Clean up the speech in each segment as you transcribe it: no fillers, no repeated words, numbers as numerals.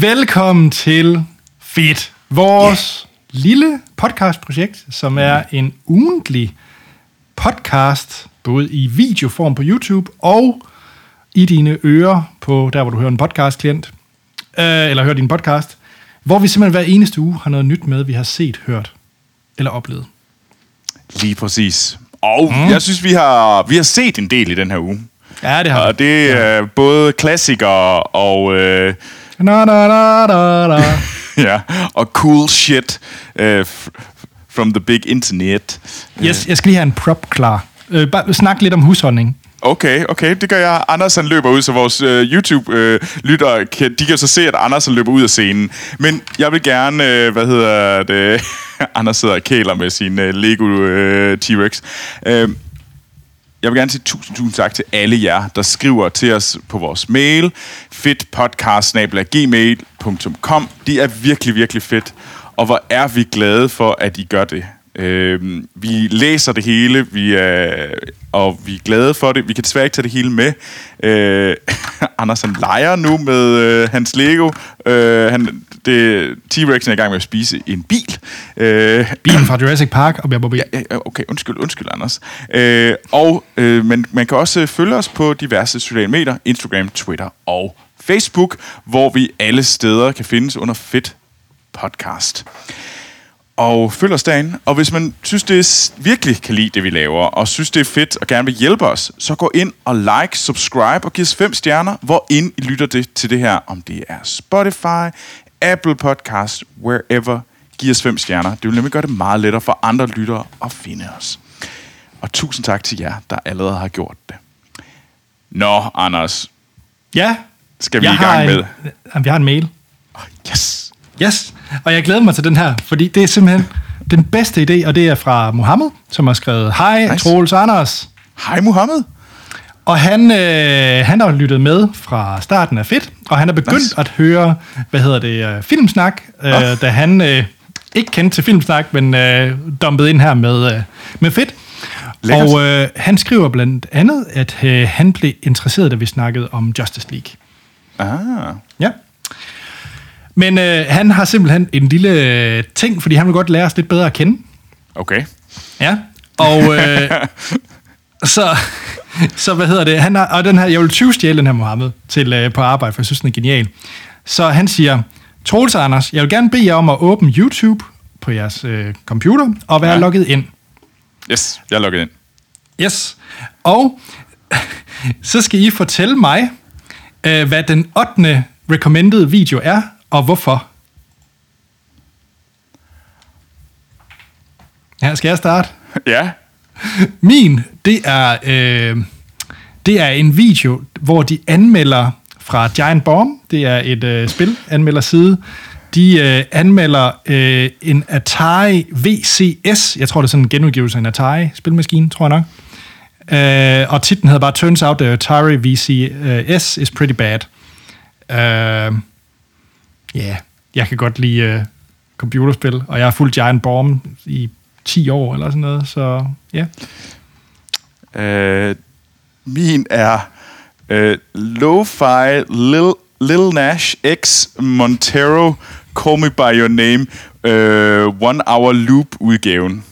Velkommen til Fedt, vores lille podcastprojekt, som er en ugentlig podcast, både i videoform på YouTube og i dine ører på der, hvor du hører en podcast-klient, eller hører din podcast, hvor vi simpelthen hver eneste uge har noget nyt med, vi har set, hørt eller oplevet. Lige præcis. Og jeg synes, vi har set en del i den her uge. Ja, det har vi. Og det er både klassikere og... ja, og cool shit from the big internet. Yes, jeg skal lige have en prop klar. Bare snak lidt om husholdning. Okay, det gør jeg. Anders han løber ud, så vores YouTube-lyttere, de kan så se, at Anders han løber ud af scenen. Men jeg vil gerne, Anders sidder og kæler med sin Lego T-Rex. Jeg vil gerne sige tusind tak til alle jer, der skriver til os på vores mail, fedtpodcast@gmail.com. Det er virkelig, virkelig fedt, og hvor er vi glade for, at I gør det. Vi læser det hele, og vi er glade for det. Vi kan desværre ikke tage det hele med. Anders han leger nu med hans Lego. T-Rexen er i gang med at spise en bil. Bilen fra Jurassic Park og Bjergborg. Ja, okay, undskyld Anders. Men man kan også følge os på diverse sociale medier, Instagram, Twitter og Facebook, hvor vi alle steder kan findes under Fedt Podcast. Og følg os derinde. Og hvis man synes, det virkelig kan lide det, vi laver, og synes, det er fedt og gerne vil hjælpe os, så gå ind og like, subscribe og giv os 5 stjerner, hvor ind I lytter det til det her. Om det er Spotify, Apple Podcast, wherever. Giv os 5 stjerner. Det vil nemlig gøre det meget lettere for andre lyttere at finde os. Og tusind tak til jer, der allerede har gjort det. Nå, Anders. Ja. Skal vi i gang med? Vi har en mail. Yes. Og jeg glæder mig til den her, fordi det er simpelthen den bedste idé, og det er fra Mohammed, som har skrevet: Hej, nice. Troels Anders. Hej, Mohammed. Og han har lyttet med fra starten af Fedt, og han er begyndt at høre, Filmsnak, da han ikke kendte til Filmsnak, men dumpede ind her med Fedt. Lækkert. Og han skriver blandt andet, at han blev interesseret, da vi snakkede om Justice League. Ja. Men han har simpelthen en lille ting, fordi han vil godt lære os lidt bedre at kende. Okay. Ja, og så han har, og den her, jeg vil 20 den her Mohammed til på arbejde, for jeg synes, den er genial. Så han siger: Troels Anders, jeg vil gerne bede jer om at åbne YouTube på jeres computer og være logget ind. Yes, jeg er logget ind. Yes, og så skal I fortælle mig, hvad den 8. recommended video er, og hvorfor. Ja, skal jeg starte? Ja. Min, det er en video, hvor de anmelder fra Giant Bomb. Det er et spilanmelderside. De anmelder en Atari VCS. Jeg tror, det er sådan en genudgivelse af en Atari-spilmaskine, tror jeg nok. Og titlen hedder bare Turns Out the Atari VCS is Pretty Bad. Jeg kan godt lide computerspil, og jeg har fulgt Giant Bomb i 10 år eller sådan noget, så ja. Min er Lo-Fi Lil Nash X Montero Call Me By Your Name 1 hour loop udgaven.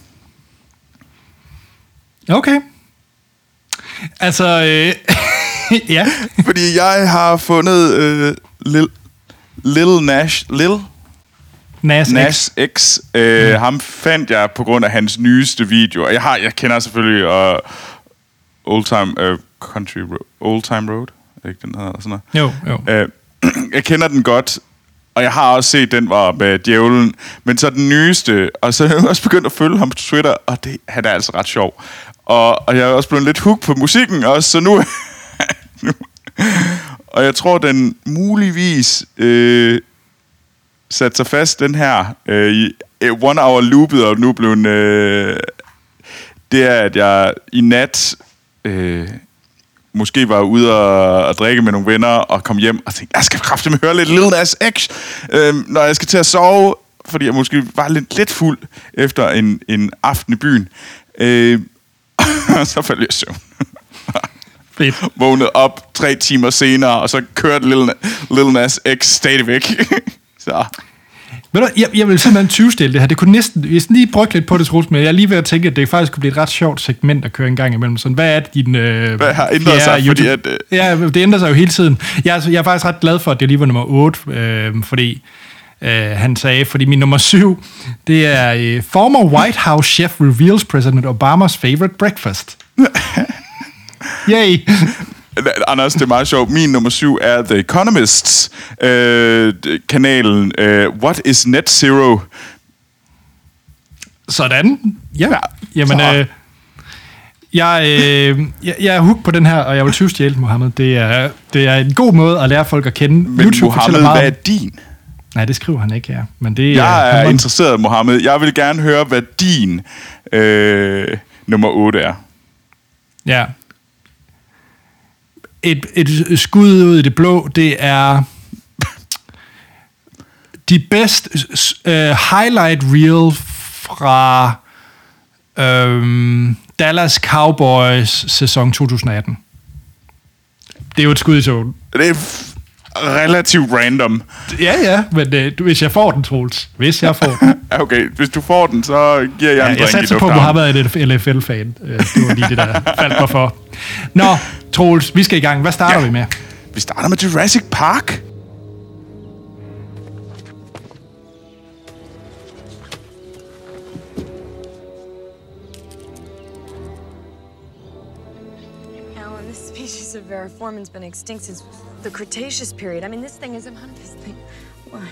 Okay. Altså, ja. Fordi jeg har fundet Lil Nas X. Ham fandt jeg på grund af hans nyeste video. Jeg kender selvfølgelig Old Time Road. Er ikke den hedder sådan noget? Jo. Jeg kender den godt, og jeg har også set den var med djævlen. Men så den nyeste, og så har jeg også begyndt at følge ham på Twitter, og han er altså ret sjov. Og jeg er også blevet lidt hooked på musikken også, så nu og jeg tror, den muligvis satte sig fast, den her, i 1 hour loopet, og nu blev det er, at jeg i nat måske var ude og drikke med nogle venner, og kom hjem og tænkte, jeg skal kraftedeme høre lidt Lil Nas X, når jeg skal til at sove, fordi jeg måske var lidt fuld efter en aften i byen. Så faldt jeg i søvn. Fedt. Vågnede op 3 timer senere, og så kørte Lil Nas X stadigvæk. Så... Men jeg vil simpelthen 20-stille det her. Det kunne næsten... Jeg lige brygge lidt på det, Troels, men jeg er lige ved at tænke, at det faktisk kunne blive et ret sjovt segment at køre en gang imellem. Sådan, hvad er det, din... hvad har ændret sig? Fordi at, Ja, det ændrer sig jo hele tiden. Jeg er faktisk ret glad for, at det lige var nummer 8, fordi... han sagde, fordi min nummer 7, det er former White House chef reveals President Obamas favorite breakfast. Yay! Anders, det er meget sjovt. Min nummer 7 er The Economists kanalen What is Net Zero? Sådan. Ja. Jamen, jeg er hooked på den her, og jeg vil 20-stjæle, Mohammed. Det er en god måde at lære folk at kende. Men YouTube Mohammed, hvad er din? Nej, det skriver han ikke her. Men det, jeg er interesseret, Mohammed. Jeg vil gerne høre, hvad din nummer 8 er. Ja. Et skud ud i det blå, det er de bedste highlight reel fra Dallas Cowboys sæson 2018. Det er jo et skud i solen. Det er relativt random. Ja, men hvis jeg får den, Troels. Hvis jeg får den. Okay, hvis du får den, så giver jeg en drink i lufthavn. Jeg satser på, at Mohammed er et NFL-fan. Det var lige det, der faldt mig for. Nå, Troels, vi skal i gang. Hvad starter vi med? Vi starter med Jurassic Park. Alan, this species of Variformin's been extinct since the Cretaceous period. I mean, this thing is a this thing. What?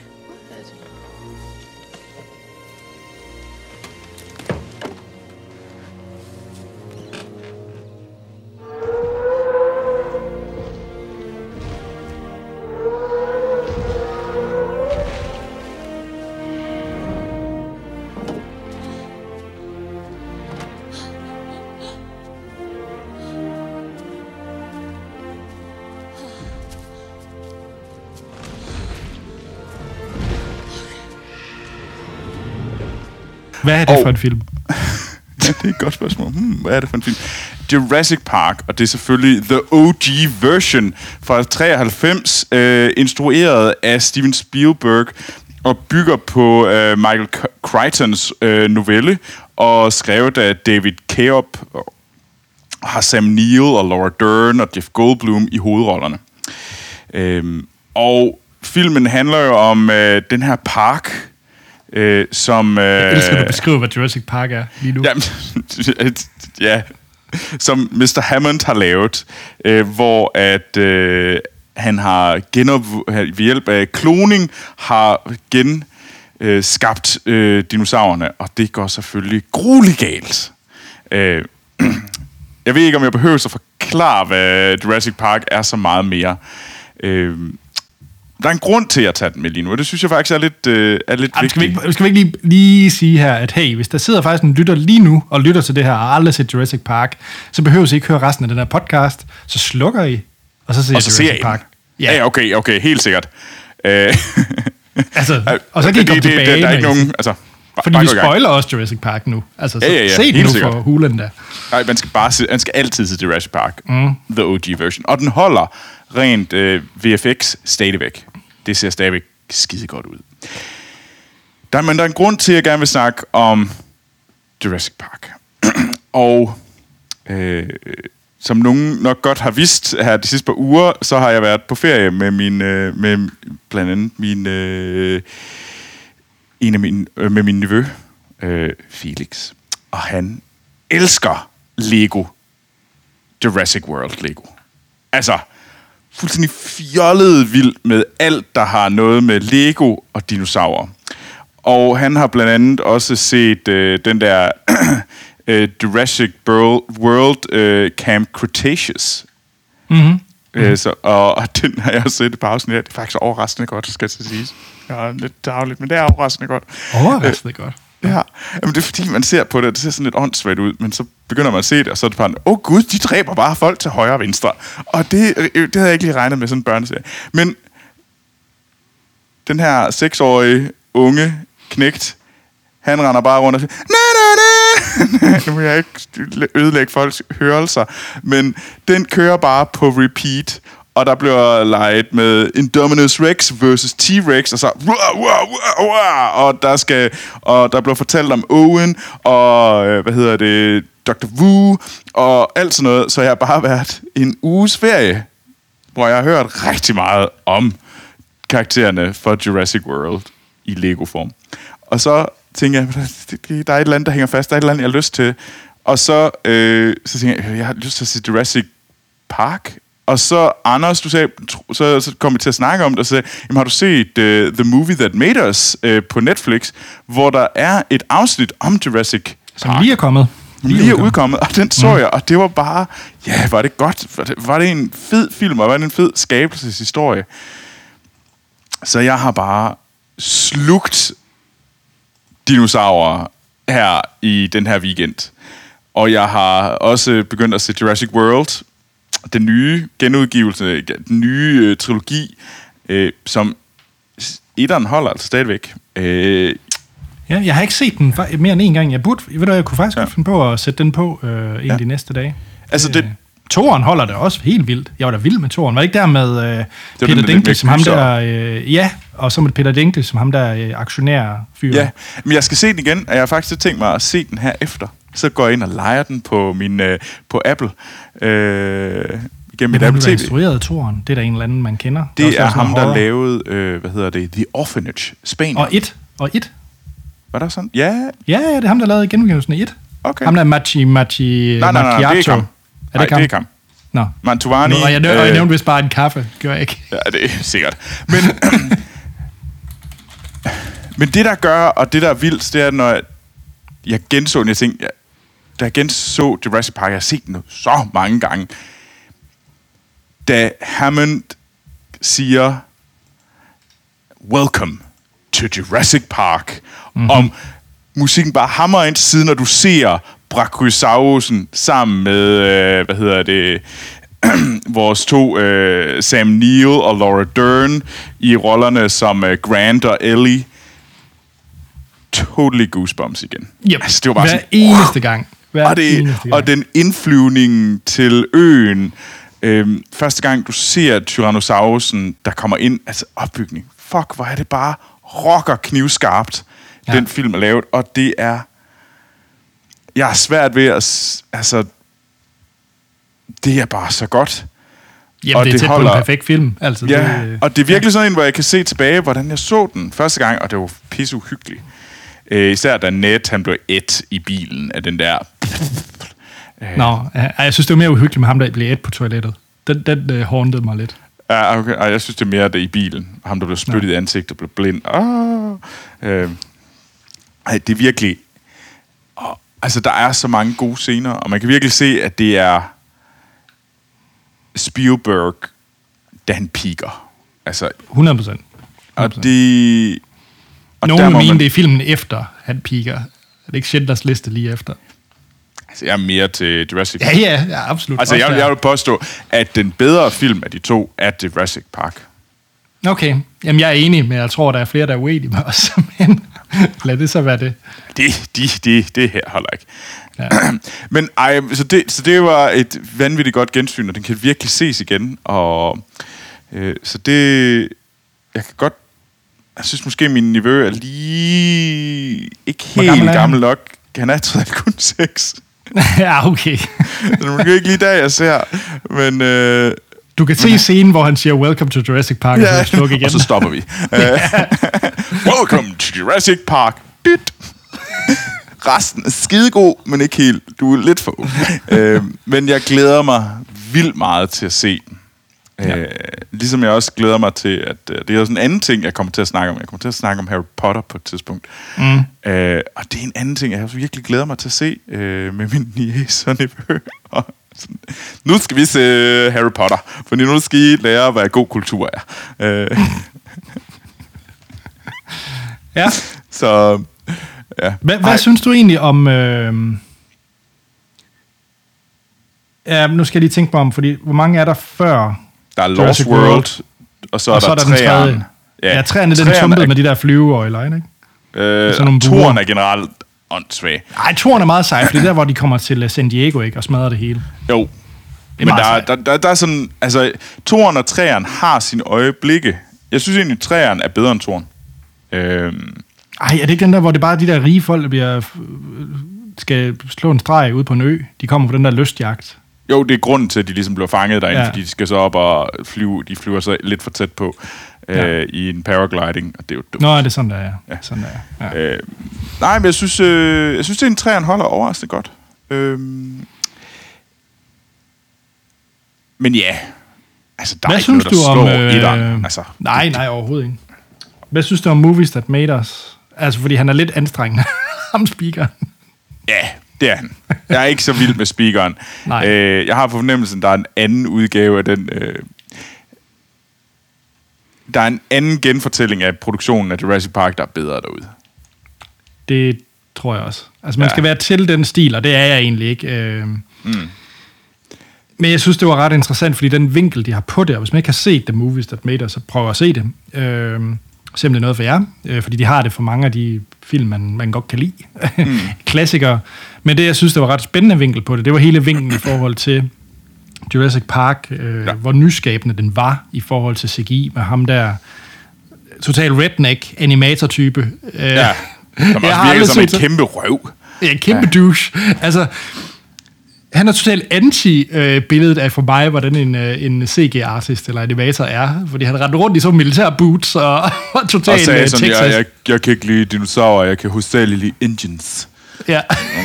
Hvad er det for en film? Det er et godt spørgsmål. Hvad er det for en film? Jurassic Park, og det er selvfølgelig The OG version fra 93, instrueret af Steven Spielberg, og bygger på Michael Crichtons novelle, og skrevet af David Koepp, har Sam Neill og Laura Dern og Jeff Goldblum i hovedrollerne. Og filmen handler jo om den her park, som... Jeg elsker, at du beskriver, hvad Jurassic Park er lige nu. Ja, som Mr. Hammond har lavet, hvor at han har ved hjælp af kloning har skabt dinosaurerne, og det går selvfølgelig grueligt galt. Jeg ved ikke, om jeg behøver at forklare, hvad Jurassic Park er så meget mere. Der er en grund til at tage den med lige nu, og det synes jeg faktisk er lidt vigtigt. Skal vi ikke lige sige her, at hey, hvis der sidder faktisk en lytter lige nu og lytter til det her og aldrig set Jurassic Park, så behøver I ikke høre resten af den her podcast, så slukker I, og så ser Jurassic Park. Ja, okay, helt sikkert. Og så kan I komme tilbage. Der er ikke nogen... Fordi vi spoiler også Jurassic Park nu. Se det nu for hulen der. Nej, man skal altid se Jurassic Park. The OG version. Og den holder rent VFX stadigvæk. Det ser stadigvæk skide godt ud. Men der er en grund til, at jeg gerne vil snakke om Jurassic Park. Og som nogen nok godt har vidst her de sidste par uger, så har jeg været på ferie med med blandt andet med min nevø, Felix. Og han elsker Lego. Jurassic World Lego. Altså, fuldstændig fjollet vild med alt, der har noget med Lego og dinosaurer. Og han har blandt andet også set den der Jurassic World Camp Cretaceous. Mm-hmm. Og den har jeg også set et par afsnit af. Det er faktisk overraskende godt, skal jeg sige. Ja, lidt dagligt, men det er overraskende godt. Overraskende godt? Ja, men det er fordi, man ser på det, det ser sådan lidt åndssvagt ud, men så begynder man at se det, og så er det bare, gud, de dræber bare folk til højre og venstre. Og det havde jeg ikke lige regnet med sådan en børneserie. Men den her 6-årige unge knægt, Han render bare rundt og siger, nu vil jeg ikke ødelægge folks hørelser, men den kører bare på repeat, og der bliver leget med Indominus Rex versus T-Rex, og så og der bliver fortalt om Owen, og Dr. Wu, og alt sådan noget, så jeg har bare været en uges ferie, hvor jeg har hørt rigtig meget om karaktererne for Jurassic World i Lego-form. Og så tænker jeg, der er et eller andet, der hænger fast, der er et eller andet, jeg har lyst til. Og så tænker jeg har lyst til at se Jurassic Park. Og så, Anders, du sagde, så kom vi til at snakke om det, og sagde, jamen har du set The Movie That Made Us på Netflix, hvor der er et afsnit om Jurassic Park. Som lige er kommet. Lige er udkommet, og den så jeg, og det var bare, ja, var det godt. Var det en fed film, og var det en fed skabelseshistorie. Så jeg har bare slugt dinosaurer her i den her weekend. Og jeg har også begyndt at se Jurassic World, den nye genudgivelse, den nye trilogi, som etteren holder altså stadigvæk. Ja, jeg har ikke set den mere end en gang. Jeg kunne faktisk godt finde på at sætte den på en af de næste dage. Altså Toren holder det også helt vildt. Jeg var da vild med Toren. Var det ikke der med Peter Dinklage som ham der... og så med Peter Dinklage som ham der aktionær-fyr. Ja, men jeg skal se den igen, og jeg har faktisk tænkt mig at se den her efter. Så går jeg ind og leger den på min på Apple. Gennem mit Apple TV. Instrueret Toren? Det er der en eller anden, man kender. Det er ham, der lavede, The Orphanage, Spanien. Og et? Var der sådan? Ja. Ja, det er ham, der lavede genudgivelsen af et. Okay. Ham der Macchiato. Nej, det er ikke ham. Er det ikke ham? Nå. Mantovani. Og jeg nævnte vist bare en kaffe. Gør jeg ikke. Ja, det er sikkert. Men det, der gør, og det, der er vildt, det er, når jeg genså den, jeg tænkte, da jeg genså Jurassic Park, jeg har set den så mange gange, da Hammond siger, welcome to Jurassic Park, om musikken bare hammer ind til siden, når du ser Brachiosaurusen sammen med, vores to, Sam Neill og Laura Dern, i rollerne som Grant og Ellie. Totally goosebumps igen. Yep. Altså, det var bare hver eneste gang. Og den indflyvning til øen, første gang du ser Tyrannosaurusen, der kommer ind, altså opbygning. Fuck, hvor er det bare rocker knivskarpt, den film er lavet, og det er... Jeg er svært ved at... Altså, det er bare så godt. Jamen, og det er tæt på en perfekt film. Altså, ja, og det er virkelig sådan en, hvor jeg kan se tilbage, hvordan jeg så den første gang, og det var pisseuhyggeligt. Især da Ned, han blev et i bilen af den der... jeg synes, det var mere uhyggeligt med ham, der blev et på toilettet. Den håndede mig lidt. Ja, okay. Jeg synes, det er mere det i bilen. Ham, der blev spyttet i ansigtet og blev blind. Det er virkelig... Altså, der er så mange gode scener, og man kan virkelig se, at det er Spielberg, da han peaker. Altså, 100%. Og det... Og nogen mener, det er filmen efter, han peaker. Er det ikke Schindlers Liste lige efter? Altså, jeg er mere til Jurassic Park. Ja, absolut. Altså, jeg vil påstå, at den bedre film af de to er Jurassic Park. Okay. Jamen, jeg er enig, men jeg tror, der er flere, der er uenige med os. Men lad det så være det. Det her holder ikke. Ja. Men så det var et vanvittigt godt gensyn, og den kan virkelig ses igen. Og så det... Jeg kan godt... Jeg synes måske, min nevø er lige... Ikke helt gammel nok. Han er trods kun 6. Ja, okay. Så måske ikke lige der, jeg ser. Men... Du kan se scenen, hvor han siger, welcome to Jurassic Park, ja, og igen. Og så stopper vi. Welcome to Jurassic Park. Resten er skidegod, men ikke helt. Du er lidt for men jeg glæder mig vildt meget til at se den. Ligesom jeg også glæder mig til, at det er sådan en anden ting, jeg kommer til at snakke om. Jeg kommer til at snakke om Harry Potter på et tidspunkt. Og det er en anden ting, jeg virkelig glæder mig til at se med min niece og nevø. Nu skal vi se Harry Potter, for nu skal I lære, hvad god kultur er. Ja. Så, ja. Hvad synes du egentlig om... nu skal jeg lige tænke mig om, fordi hvor mange er der før? Der er Lost World, og så er der den tredje. Ja, træerne er den tumpet med de der flyveøjler, ikke? Toren er generelt åndssvag. Nej, toren er meget sej, for det er der, hvor de kommer til San Diego, ikke, og smadrer det hele. Jo. Men der er sådan... Altså, toren og træeren har sine øjeblikke. Jeg synes egentlig, træeren er bedre end toren. Ej, er det ikke den der, hvor det bare er de der rige folk, der skal slå en streg ud på en ø? De kommer på den der lystjagt. Jo, det er grunden til, at de ligesom bliver fanget derinde, fordi de skal så op og flyve. De flyver så lidt for tæt på i en paragliding, og det er jo dumt. Nå, det er sådan, der er. Ja. Sådan der er. Ja. Nej, men jeg synes det en træeren holder overraskende godt. Men ja, altså der Hvad er ikke noget, der slår etteren. Altså, nej, overhovedet ikke. Hvad synes du om Movies That Made Us? Altså, fordi han er lidt anstrengende, ham speakeren. Ja, det er han. Jeg er ikke så vild med speakeren. Jeg har fornemmelsen, der er en anden udgave af den... Der er en anden genfortælling af produktionen af Jurassic Park, der er bedre derude. Det tror jeg også. Altså, man skal være til den stil, og det er jeg egentlig ikke. Men jeg synes, det var ret interessant, fordi den vinkel, de har på det, og hvis man ikke har set The Movies That Made Us, så prøv at se det. Se om det er noget for jer, fordi de har det for mange af de film, man godt kan lide. Klassikere. Men det, jeg synes, det var ret spændende vinkel på det, det var hele vinklen i forhold til Jurassic Park, hvor nyskabende den var i forhold til CGI, med ham der total redneck animator-type. Som også virker som en kæmpe røv. Ja, kæmpe douche. Altså, han er totalt anti-billedet af for mig, hvordan en CG-artist eller animator er, fordi han rendte rundt i sådan militære boots og totalt sagde sådan, Texas. Jeg kan ikke lide dinosaurer, jeg kan hovedsageligt lide engines. Ja.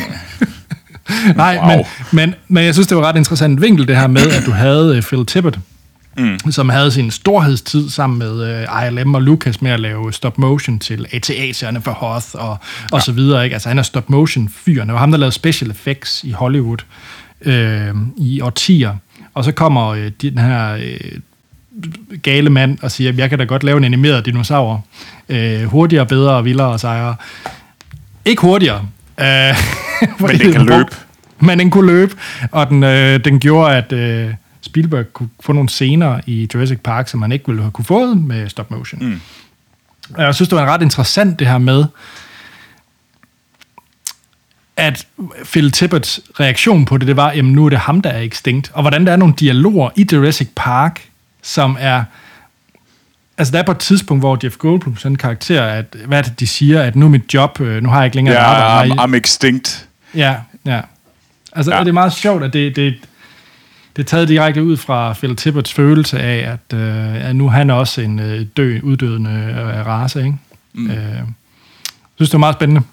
Nej, men jeg synes, det var ret interessant vinkel, det her med, at du havde Phil Tippett, som havde sin storhedstid sammen med ILM og Lucas med at lave stop motion til AT-AT'erne for Hoth og så videre. Ikke? Altså han er stop motion fyren. Det var ham, der lavede special effects i Hollywood i årtier. Og så kommer den her gale mand og siger, jeg kan da godt lave en animeret dinosaur. Hurtigere, bedre, vildere og sejere. Ikke hurtigere. Men den kan løbe. Men den kunne løbe, og den gjorde, at Spielberg kunne få nogle scener i Jurassic Park, som man ikke ville have kunne få med stop motion. Jeg synes, det var ret interessant det her med, at Phil Tippetts reaktion på det var, jamen nu er det ham, der er extinct. Og hvordan der er nogle dialoger i Jurassic Park, som er... Altså, der er på et tidspunkt, hvor Jeff Goldblum, sådan en karakter, at, hvad er det, de siger, at nu er mit job, nu har jeg ikke længere arbejde. Ja, I'm extinct. Ja. Altså, det er meget sjovt, at det er taget direkte ud fra Phil Tippetts følelse af, at nu han er også en uddødende race, ikke? Jeg synes, det er meget spændende.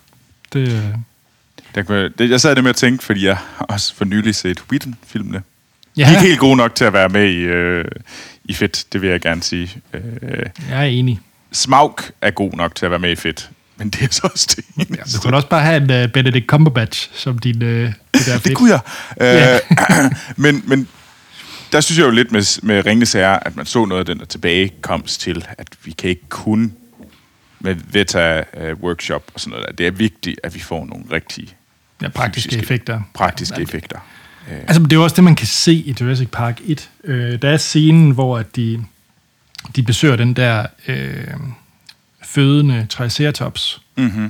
Jeg sad det med at tænke, fordi jeg også for nylig set Whedon-filmene. Ja. De er ikke helt gode nok til at være med i Fedt, det vil jeg gerne sige. Jeg er enig. Smaug er god nok til at være med i Fedt, men det er så også det eneste. Du kunne også bare have en Benedict Cumberbatch som din det der Fedt. Det kunne jeg. Men der synes jeg jo lidt med Ringenes Herre, at man så noget af den der tilbagekomst til, at vi kan ikke kun med Veta-workshop og sådan noget der. Det er vigtigt, at vi får nogle rigtige praktiske effekter. Praktiske effekter. Altså, det er jo også det, man kan se i Jurassic Park 1. Der er scenen, hvor de besøger den der fødende Triceratops.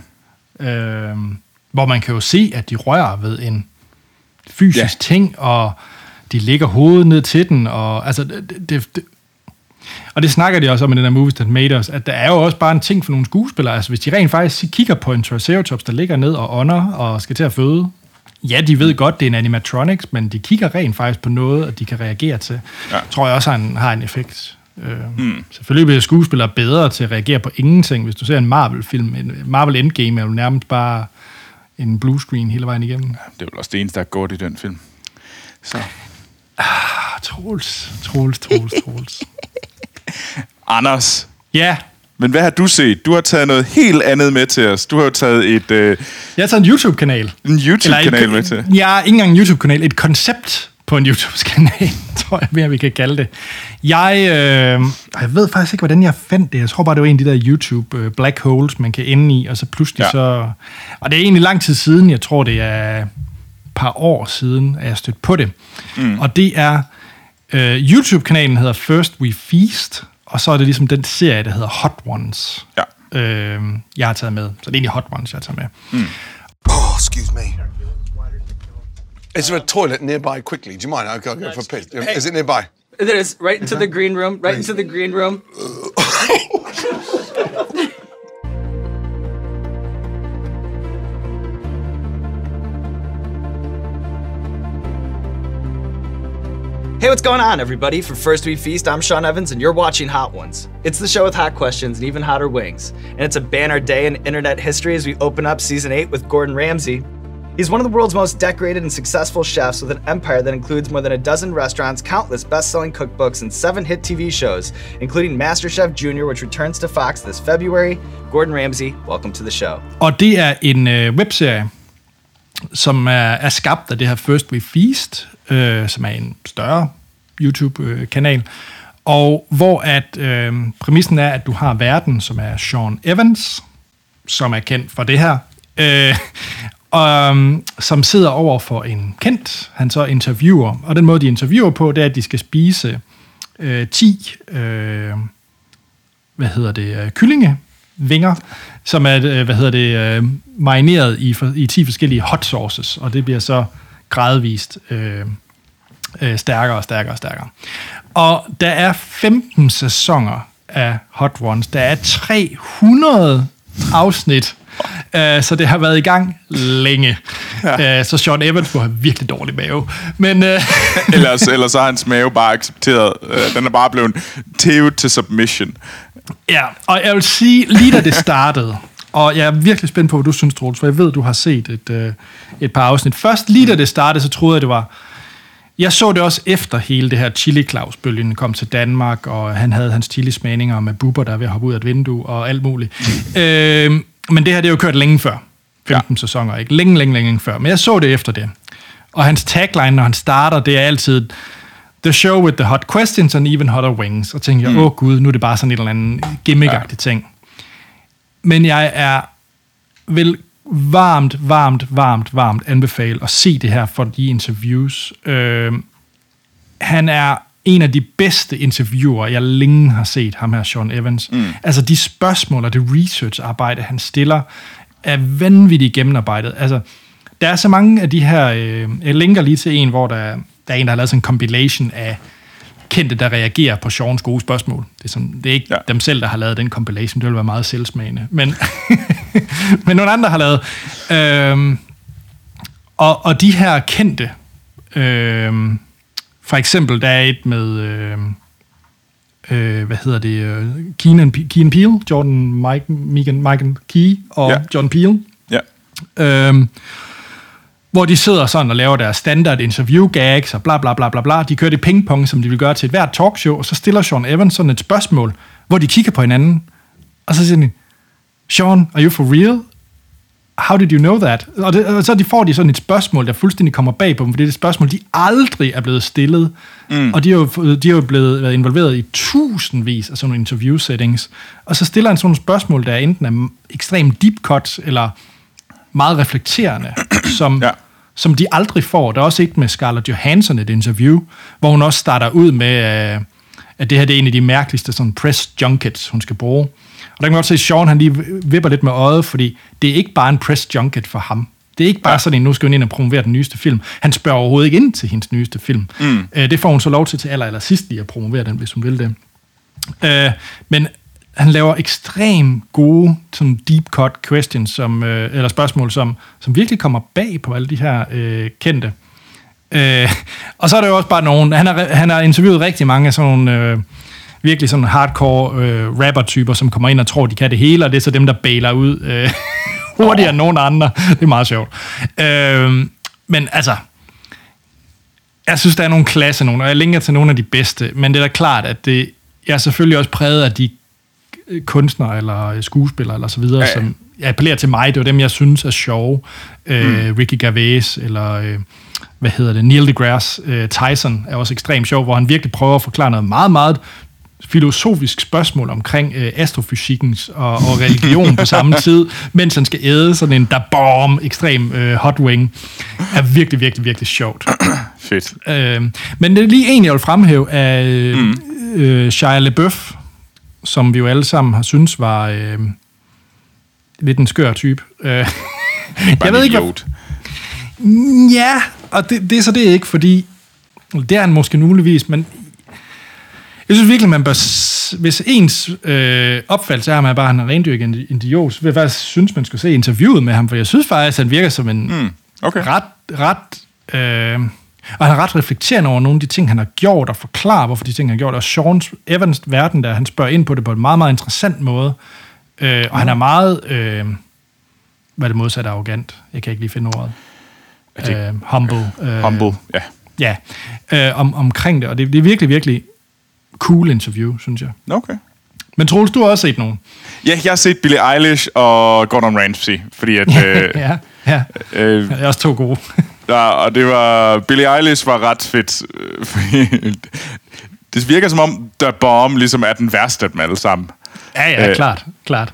Hvor man kan jo se, at de rører ved en fysisk ting, og de lægger hovedet ned til den, og altså og det snakker de også om i den der Movies That Made Us, at der er jo også bare en ting for nogle skuespillere. Altså, hvis de rent faktisk kigger på en Triceratops, der ligger ned og ånder og skal til at føde, ja, de ved godt, det er en animatronics, men de kigger rent faktisk på noget, at de kan reagere til. Ja. Tror jeg også har en effekt. Selvfølgelig bliver skuespillere bedre til at reagere på ingenting. Hvis du ser en Marvel-film, en Marvel Endgame, er jo nærmest bare en bluescreen hele vejen igennem. Ja, det er vel også det eneste, der er godt i den film. Så. Troels. Anders. Ja. Men hvad har du set? Du har taget noget helt andet med til os. Du har jo taget et... Jeg har taget en YouTube-kanal. En YouTube-kanal med til? Ja, ikke engang en YouTube-kanal. Et koncept på en YouTube-kanal, tror jeg mere, vi kan kalde det. Jeg ved faktisk ikke, hvordan jeg fandt det. Jeg tror bare, det var en af de der YouTube black holes, man kan ende i, og så pludselig så... Og det er egentlig lang tid siden. Jeg tror, det er et par år siden, at jeg stødte på det. Og det er... YouTube-kanalen hedder First We Feast, og så er det ligesom den serie, der hedder Hot Ones. Ja. jeg har taget med. Så det er egentlig hot ones, jeg har taget med. Oh, excuse me. Is there a toilet nearby quickly? Do you mind? I'll go for a piss. Is it nearby? There is. Right into the green room. Right into the green room. Hey, what's going on, everybody? For First We Feast, I'm Sean Evans, and you're watching Hot Ones. It's the show with hot questions and even hotter wings. And it's a banner day in internet history as we open up Season 8 with Gordon Ramsay. He's one of the world's most decorated and successful chefs with an empire that includes more than a dozen restaurants, countless best-selling cookbooks, and 7 hit TV shows, including MasterChef Junior, which returns to Fox this February. Gordon Ramsay, welcome to the show. Og det er en webserie, som er skabt af det her First We Feast, som er en større YouTube-kanal, og hvor at præmissen er, at du har verden, som er Sean Evans, som er kendt for det her, og som sidder over for en kendt, han så interviewer, og den måde, de interviewer på, det er, at de skal spise 10 kyllingevinger, som er, marineret i 10 forskellige hot sauces, og det bliver så gradvist stærkere og stærkere og stærkere. Og der er 15 sæsoner af Hot Ones. Der er 300 afsnit, så det har været i gang længe. Ja. Så Sean Evans må have virkelig dårlig mave. Men, ellers har hans mave bare accepteret. Den er bare blevet tævet til submission. Ja, og jeg vil sige, lige da det startede, og jeg er virkelig spændt på, hvad du synes, Troels, for jeg ved, du har set et par afsnit. Først lige da det startede, så troede jeg, det var... Jeg så det også efter hele det her Chili Claus-bølgen kom til Danmark, og han havde hans chili-smagninger med Bubber, der er ved at hoppe ud af et vindue, og alt muligt. Men det her, det er jo kørt længe før. 15 sæsoner, ikke? Længe før. Men jeg så det efter det. Og hans tagline, når han starter, det er altid... The show with the hot questions and even hotter wings. Og tænker jeg, gud, nu er det bare sådan et eller andet gimmick-agtigt ting. Men jeg vil varmt anbefale at se det her for de interviews. Han er en af de bedste interviewer, jeg længe har set, ham her, Sean Evans. Altså de spørgsmål og det research-arbejde, han stiller, er vanvittigt gennemarbejdet. Altså, der er så mange af de her... jeg linker lige til en, hvor der er en, der har lavet sådan en compilation af kendte, der reagerer på Seans gode spørgsmål. Det er ikke dem selv, der har lavet den compilation. Det vil være meget selvsmagende. Men, men nogle andre har lavet. Og de her kendte... for eksempel, der er et med... Keenan Peele, Michael Key og Jordan Peele. Ja. Hvor de sidder sådan og laver deres standard interview gags og bla bla bla bla bla. De kører det pingpong, som de vil gøre til et hvert talkshow, og så stiller Sean Evans sådan et spørgsmål, hvor de kigger på hinanden, og så siger de, Sean, are you for real? How did you know that? Og så får de sådan et spørgsmål, der fuldstændig kommer bag på dem, for det er et spørgsmål, de aldrig er blevet stillet. Og de har jo været involveret i tusindvis af sådan nogle interview settings. Og så stiller han sådan nogle spørgsmål, der enten er ekstremt deep cut, eller meget reflekterende, som de aldrig får. Der er også et med Scarlett Johansson, et interview, hvor hun også starter ud med, at det her det er en af de mærkeligste sådan press junkets, hun skal bruge. Og der kan man godt se, at Sean han lige vipper lidt med øjet, fordi det er ikke bare en press junket for ham. Det er ikke bare sådan en, nu skal hun ind og promovere den nyeste film. Han spørger overhovedet ikke ind til hendes nyeste film. Det får hun så lov til aller sidst lige at promovere den, hvis hun vil det. Men han laver ekstremt gode sådan deep cut questions, eller spørgsmål, som virkelig kommer bag på alle de her kendte. Og så er der jo også bare nogen... Han har interviewet rigtig mange af sådan nogle virkelig sådan hardcore rapper-typer, som kommer ind og tror, de kan det hele, og det er så dem, der bailer ud hurtigere end nogen andre. Det er meget sjovt. Men altså... Jeg synes, der er nogle klasse nogen, og jeg linker til nogle af de bedste, men det er da klart, at jeg er selvfølgelig også præget af de kunstnere eller skuespillere eller så videre, som appellerer til mig. Det var dem, jeg synes er sjove. Ricky Gervais eller Neil deGrasse Tyson er også ekstremt sjov, hvor han virkelig prøver at forklare noget meget, meget filosofisk spørgsmål omkring astrofysikkens og religion på samme tid, mens han skal æde sådan en da-bomb, ekstrem hot wing, er virkelig, virkelig, virkelig sjovt. Fedt. Men det er lige en, jeg vil fremhæve af Shia LaBeouf, som vi jo alle sammen har synes var lidt en skør type. Jeg ved ikke, idiot. Ja, og det er så det ikke, fordi det er han måske muligvis, men jeg synes virkelig, man bør, hvis ens opfattelse er, at man bare er en rendyrket idiot, så vil jeg faktisk synes, man skulle se interviewet med ham, for jeg synes faktisk, at han virker som en og han er ret reflekterende over nogle af de ting, han har gjort, og forklarer, hvorfor de ting, han har gjort. Og Sean Evans verden, der han spørger ind på det på en meget, meget interessant måde. Og han er meget, hvad er det modsatte, arrogant? Jeg kan ikke lige finde ordet. Humble. Humble, ja. Ja, omkring det. Og det er virkelig, virkelig cool interview, synes jeg. Okay. Men Troels, du har også set nogen. Ja, jeg har set Billie Eilish og Gordon Ramsay, fordi at... ja. Det er også to gode. Ja, og det var... Billie Eilish var ret fedt, fordi det virker som om, The Bomb ligesom er den værste af dem alle sammen. Ja, klart.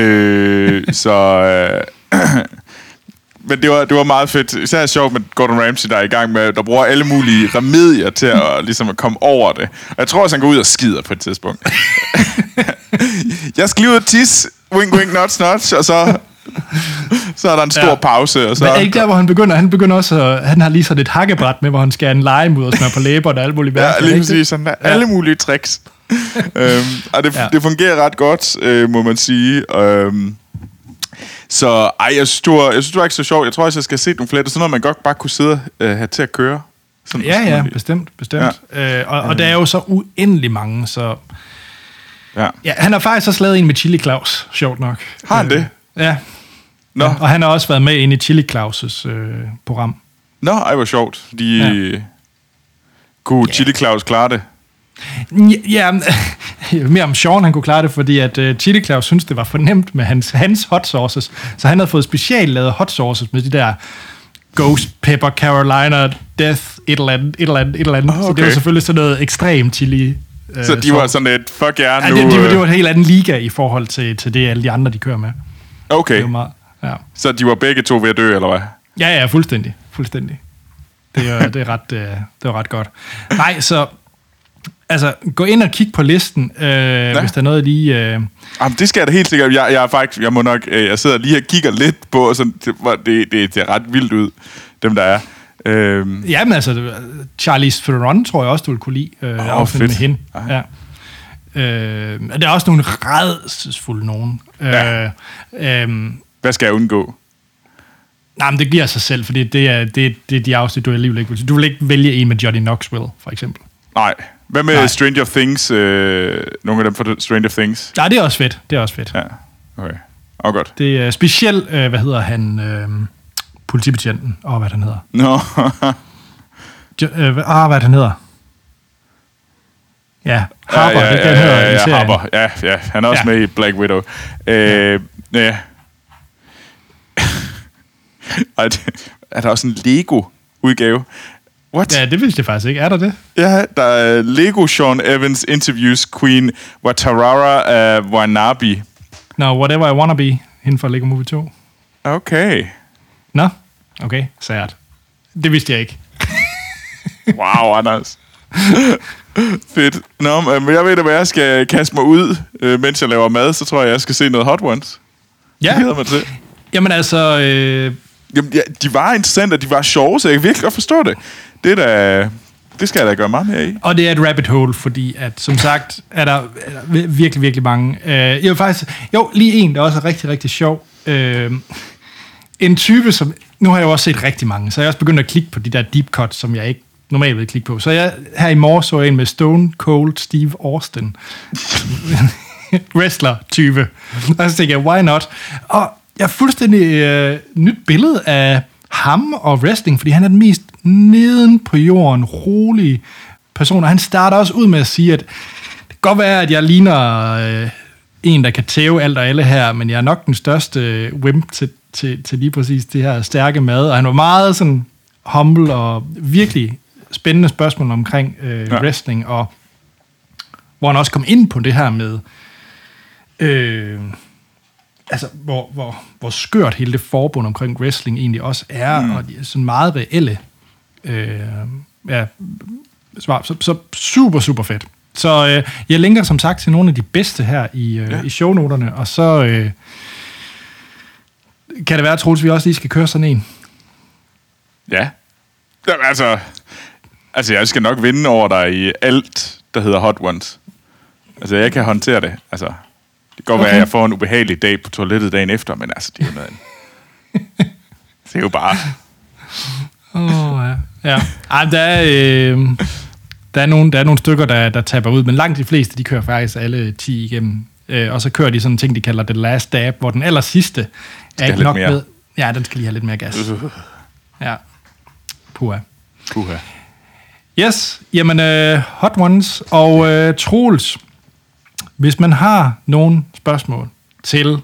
Men det var meget fedt. Især er sjovt med Gordon Ramsay, der er i gang med, der bruger alle mulige remedier til ligesom at komme over det. Og jeg tror også, han går ud og skider på et tidspunkt. Jeg skal lige ud og tisse, wink, wink, notch, notch, og så er der en stor pause. Og så... Men er ikke der, hvor han begynder? Han begynder også, han har lige sådan et hakkebræt med, hvor han skærer en lime ud og smør på læberne og alle mulige værker. Ja, lige præcis. Sådan alle mulige tricks. Og det fungerer ret godt, må man sige. Så jeg synes, det var ikke så sjovt. Jeg tror også, jeg skal se nogle flere. Det er sådan noget, man godt bare kunne sidde have til at køre. Sådan, ja, bestemt. Ja. Og der er jo så uendelig mange, så... Ja, han har faktisk også lavet en med Chili Claus, sjovt nok. Har han det? Ja. Nå. Ja, og han har også været med inde i Chili Claus' program. Nå, hvor sjovt. Kunne Chili Claus klare det? Ja, mere om Sean, han kunne klare det, fordi at Chili Claus synes, det var for nemt med hans hot sauces. Så han havde fået specielt lavet hot sauces med de der Ghost Pepper, Carolina, Death, et eller andet. Okay. Så det var selvfølgelig sådan noget ekstrem chili. Så de var sådan et, fuck jer nu... Ja, det var en helt anden liga i forhold til det, alle de andre, de kører med. Okay. Det var meget, ja. Så de var begge to ved at dø, eller hvad? Ja, fuldstændig. Det var ret godt. Nej, så... Altså, gå ind og kig på listen, hvis der er noget lige... Jamen, det skal jeg da helt sikkert. Jeg må nok... Jeg sidder lige og kigger lidt på, og sådan, det ser ret vildt ud, dem der er. Jamen altså, Charlize Theron tror jeg også, du vil kunne lide afsnit med hende. Ja. Der er også nogle rædselsfulde nogen. Hvad skal jeg undgå? Nej, men det giver sig selv, fordi det er de afsnit, du alligevel ikke vil. Du vil ikke vælge en med Johnny Knoxville, for eksempel. Nej. Hvad med Stranger Things? Nogle af dem fra Stranger Things? Nej, det er også fedt. Ja, okay. Og godt. Det er specielt, hvad hedder han, politibetjenten, hvad han hedder. Nå. Hvad han hedder. Ja, Harper, det kan han hedder i serien. Harper, ja. Han er også med i Black Widow. Ja. Er der også en Lego-udgave? What? Ja, det vidste jeg faktisk ikke. Er der det? Ja, der er Lego Sean Evans interviews Queen Watarara Wanabe. No, Whatever I Wanna Be, hende fra Lego Movie 2. Okay. Nå, okay, sært. Det vidste jeg ikke. Wow, Anders. Fedt. Nå, men jeg ved da, hvad jeg skal kaste mig ud, mens jeg laver mad, så tror jeg skal se noget Hot Ones. Ja. Det glæder mig til. Jamen altså... Jamen, ja, de var interessante, og de var sjove, så jeg kan virkelig godt forstå det. Det skal jeg da gøre meget mere i. Og det er et rabbit hole, fordi at, som sagt, er der virkelig, virkelig mange. Jeg vil faktisk... Jo, lige en, der også er rigtig, rigtig sjov. En type, som... Nu har jeg jo også set rigtig mange, så jeg har også begyndt at klikke på de der deep cuts, som jeg ikke normalt vil klikke på. Så jeg her i morges så en med Stone Cold Steve Austin. Wrestler-type. Og så tænkte jeg, why not? Og jeg har fuldstændig nyt billede af ham og wrestling, fordi han er den mest neden på jorden, rolige person. Og han starter også ud med at sige, at det kan godt være, at jeg ligner en, der kan tæve alt og alle her, men jeg er nok den største wimp til lige præcis det her stærke mad. Og han var meget sådan humble og virkelig spændende spørgsmål omkring wrestling, og hvor han også kom ind på det her med altså, hvor skørt hele det forbund omkring wrestling egentlig også er, og de er sådan meget reelle svar. Så super, super fedt. Så jeg linker som sagt til nogle af de bedste her i shownoterne, og så Kan det være, Troels, vi også lige skal køre sådan en? Ja. Jamen, altså, jeg skal nok vinde over dig i alt, der hedder Hot Ones. Altså, jeg kan håndtere det. Altså, det kan godt være, at jeg får en ubehagelig dag på toilettet dagen efter, men altså, det er jo noget andet. Det er jo bare... Ja. Ej, der er nogle stykker, der taber ud, men langt de fleste, de kører faktisk alle 10 igennem. Og så kører de sådan en ting, de kalder The Last Dab, hvor den aller sidste er ikke nok med. Ja, den skal lige have lidt mere gas. Ja. Puha. Yes, jamen Hot Ones og Troels. Hvis man har nogle spørgsmål til...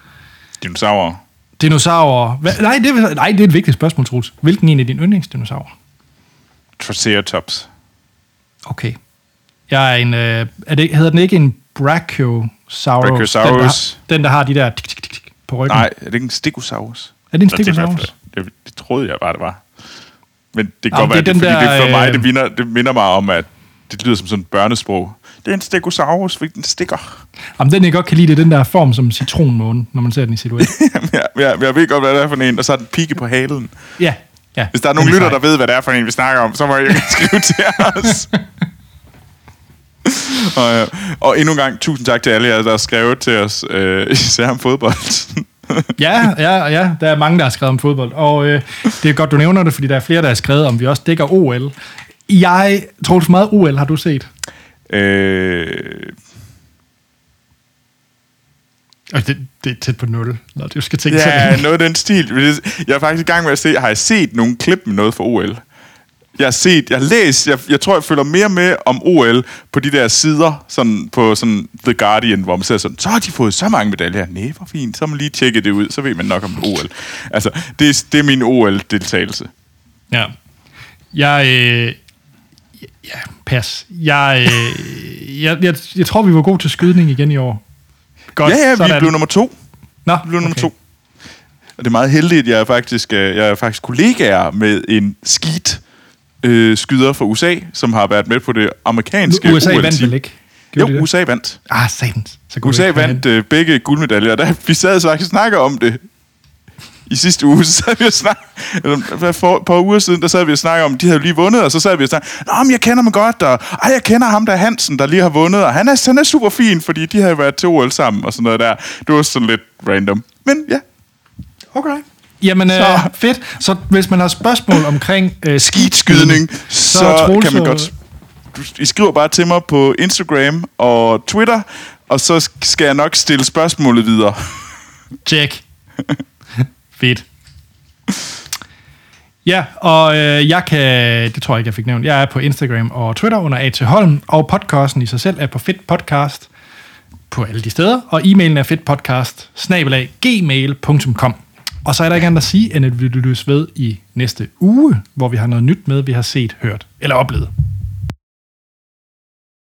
Dinosaurer. Nej, det er et vigtigt spørgsmål, Troels. Hvilken en af dine yndlingsdinosaurer? Triceratops. Okay. Jeg er en... hedder den ikke en Brachiosaurus? Den, der har de der på ryggen. Nej, er det ikke en Stegosaurus? Er det en Stegosaurus? Det troede jeg bare, det var. Men det kan godt være, det for mig, det minder mig om, at det lyder som sådan et børnesprog. Det er en Stegosaurus, fordi den stikker. Jamen, den jeg godt kan lide, det er den der form som citronmåne, når man ser den i silhuet. jeg ved godt, hvad det er for en, og så er den pigge på halen. Ja. Hvis der er nogen lytter, der ved, hvad det er for en, vi snakker om, så må jeg skrive til os. Og endnu en gang, tusind tak til alle jer, der har skrevet til os, især om fodbold. Ja, der er mange, der har skrevet om fodbold, og det er godt, du nævner det, fordi der er flere, der har skrevet, om vi også dækker OL. Jeg tror, så meget OL har du set? Det er tæt på 0, når du skal tænke sådan. Ja, noget af den stil. Jeg er faktisk i gang med at se, har jeg set nogle klip med noget for OL? Jeg har læst, jeg tror, jeg følger mere med om OL på de der sider, sådan på sådan The Guardian, hvor man ser sådan, så har de fået så mange medaljer. Nej, hvor fint, så må man lige tjekke det ud, så ved man nok om OL. Altså, det er min OL-deltagelse. Ja. Pas. Jeg tror, vi var gode til skydning igen i år. Godt, ja, vi blev nummer 2. Nå, vi blev nummer 2. Og det er meget heldigt, at jeg er faktisk kollegaer med en skyder fra USA, som har været med på det amerikanske USA vandt vel ikke? Jo, USA vandt. Sandt. USA vandt begge guldmedaljer. Der, vi sad faktisk og snakkede om det i sidste uge, så sad vi og for et par uger siden, der sad vi og snakkede om, de havde lige vundet, og så sad vi og snakkede, men jeg kender ham godt, og jeg kender ham der Hansen, der lige har vundet, og han er super fin, fordi de havde været til OL sammen, og sådan noget der. Det var sådan lidt random. Men ja. Okay. Jamen, fedt. Så hvis man har spørgsmål omkring skidskydning, så kan man godt... I skriver bare til mig på Instagram og Twitter, og så skal jeg nok stille spørgsmålet videre. Check. Fedt. Ja, og jeg kan... Det tror jeg ikke, jeg fik nævnt. Jeg er på Instagram og Twitter under A.T. Holm, og podcasten i sig selv er på Fedt Podcast på alle de steder, og e-mailen er fedtpodcast@gmail.com. Og så er der ikke andet at sige, end at vi lyttes ved i næste uge, hvor vi har noget nyt med, vi har set, hørt eller oplevet.